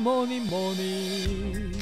morning, morning.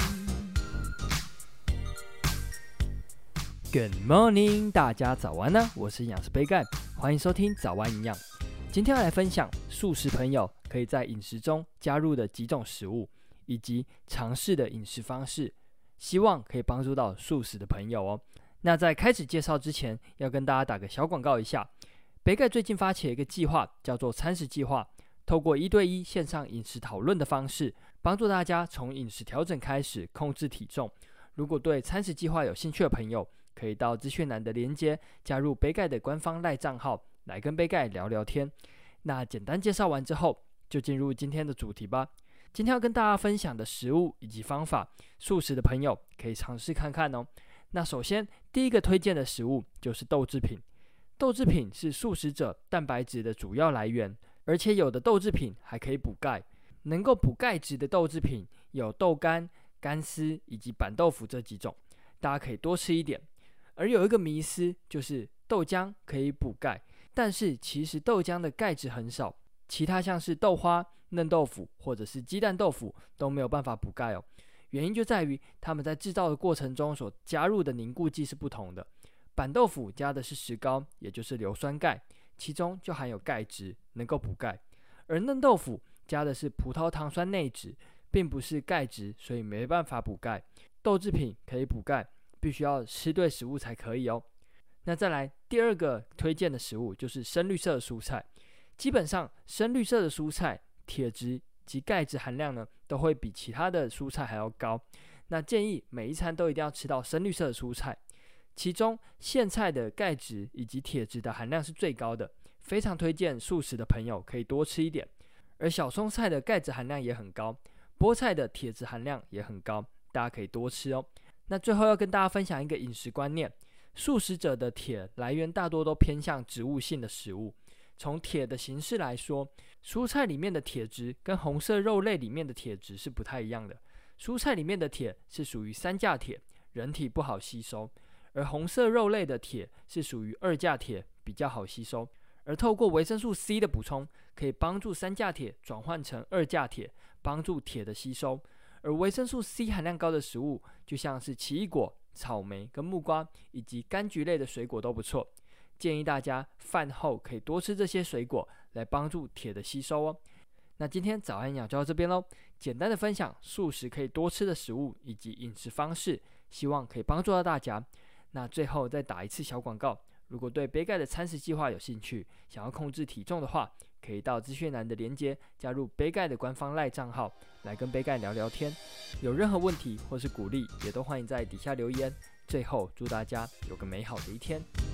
Good morning， 大家早安呢！我是营养师杯盖，欢迎收听早安营养。今天要来分享素食朋友可以在饮食中加入的几种食物，以及尝试的饮食方式，希望可以帮助到素食的朋友哦。那在开始介绍之前，要跟大家打个小广告一下。杯盖最近发起了一个计划，叫做餐食计划，透过1对1线上饮食讨论的方式，帮助大家从饮食调整开始控制体重。如果对餐食计划有兴趣的朋友，可以到资讯栏的连结加入杯盖的官方赖账号，来跟杯盖聊聊天。那简单介绍完之后，就进入今天的主题吧。今天要跟大家分享的食物以及方法，素食的朋友可以尝试看看哦。那首先第一个推荐的食物就是豆制品。豆制品是素食者蛋白质的主要来源，而且有的豆制品还可以补钙。能够补钙质的豆制品有豆干、干丝以及板豆腐这几种，大家可以多吃一点。而有一个迷思，就是豆浆可以补钙，但是其实豆浆的钙质很少，其他像是豆花、嫩豆腐或者是鸡蛋豆腐都没有办法补钙哦。原因就在于他们在制造的过程中所加入的凝固剂是不同的。板豆腐加的是石膏，也就是硫酸钙，其中就含有钙质，能够补钙。而嫩豆腐加的是葡萄糖酸内酯，并不是钙质，所以没办法补钙。豆制品可以补钙，必须要吃对食物才可以哦。那再来第二个推荐的食物就是深绿色的蔬菜。基本上深绿色的蔬菜铁质及钙质含量呢，都会比其他的蔬菜还要高。那建议每一餐都一定要吃到深绿色的蔬菜。其中苋菜的钙质以及铁质的含量是最高的，非常推荐素食的朋友可以多吃一点。而小松菜的钙质含量也很高，菠菜的铁质含量也很高，大家可以多吃哦。那最后要跟大家分享一个饮食观念，素食者的铁来源大多都偏向植物性的食物。从铁的形式来说，蔬菜里面的铁质跟红色肉类里面的铁质是不太一样的。蔬菜里面的铁是属于3价铁，人体不好吸收，而红色肉类的铁是属于2价铁，比较好吸收。而透过维生素 C 的补充，可以帮助3价铁转换成2价铁，帮助铁的吸收。而维生素 C 含量高的食物，就像是奇异果、草莓跟木瓜以及柑橘类的水果都不错。建议大家饭后可以多吃这些水果，来帮助铁的吸收哦。那今天早安营养就到这边咯，简单的分享素食可以多吃的食物以及饮食方式，希望可以帮助到大家。那最后再打一次小广告，如果对杯盖的餐食计划有兴趣，想要控制体重的话，可以到资讯栏的连结加入杯盖的官方赖账号，来跟杯盖聊聊天。有任何问题或是鼓励，也都欢迎在底下留言。最后祝大家有个美好的一天。